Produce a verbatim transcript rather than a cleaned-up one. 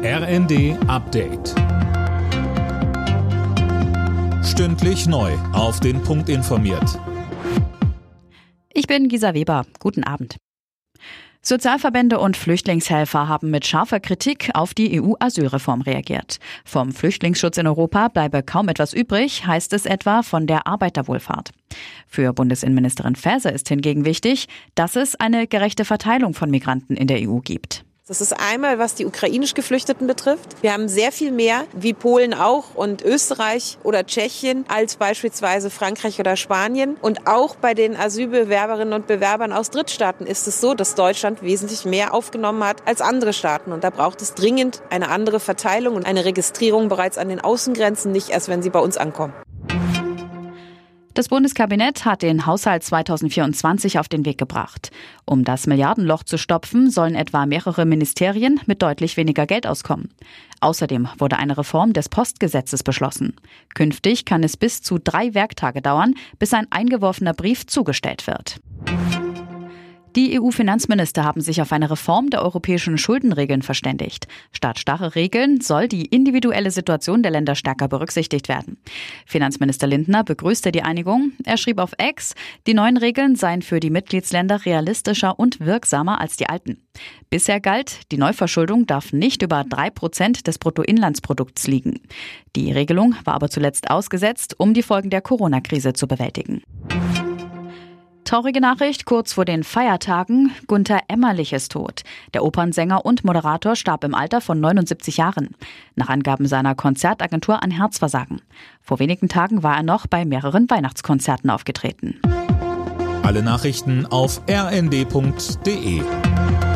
R N D Update. Stündlich neu auf den Punkt informiert. Ich bin Gisa Weber. Guten Abend. Sozialverbände und Flüchtlingshelfer haben mit scharfer Kritik auf die E U-Asylreform reagiert. Vom Flüchtlingsschutz in Europa bleibe kaum etwas übrig, heißt es etwa von der Arbeiterwohlfahrt. Für Bundesinnenministerin Faeser ist hingegen wichtig, dass es eine gerechte Verteilung von Migranten in der E U gibt. Das ist einmal, was die ukrainisch Geflüchteten betrifft. Wir haben sehr viel mehr, wie Polen auch und Österreich oder Tschechien, als beispielsweise Frankreich oder Spanien. Und auch bei den Asylbewerberinnen und Bewerbern aus Drittstaaten ist es so, dass Deutschland wesentlich mehr aufgenommen hat als andere Staaten. Und da braucht es dringend eine andere Verteilung und eine Registrierung bereits an den Außengrenzen, nicht erst, wenn sie bei uns ankommen. Das Bundeskabinett hat den Haushalt zweitausendvierundzwanzig auf den Weg gebracht. Um das Milliardenloch zu stopfen, sollen etwa mehrere Ministerien mit deutlich weniger Geld auskommen. Außerdem wurde eine Reform des Postgesetzes beschlossen. Künftig kann es bis zu drei Werktage dauern, bis ein eingeworfener Brief zugestellt wird. Die E U-Finanzminister haben sich auf eine Reform der europäischen Schuldenregeln verständigt. Statt starre Regeln soll die individuelle Situation der Länder stärker berücksichtigt werden. Finanzminister Lindner begrüßte die Einigung. Er schrieb auf X, die neuen Regeln seien für die Mitgliedsländer realistischer und wirksamer als die alten. Bisher galt, die Neuverschuldung darf nicht über drei Prozent des Bruttoinlandsprodukts liegen. Die Regelung war aber zuletzt ausgesetzt, um die Folgen der Corona-Krise zu bewältigen. Traurige Nachricht kurz vor den Feiertagen. Gunter Emmerlich ist tot. Der Opernsänger und Moderator starb im Alter von neunundsiebzig Jahren. Nach Angaben seiner Konzertagentur an Herzversagen. Vor wenigen Tagen war er noch bei mehreren Weihnachtskonzerten aufgetreten. Alle Nachrichten auf r n d punkt d e.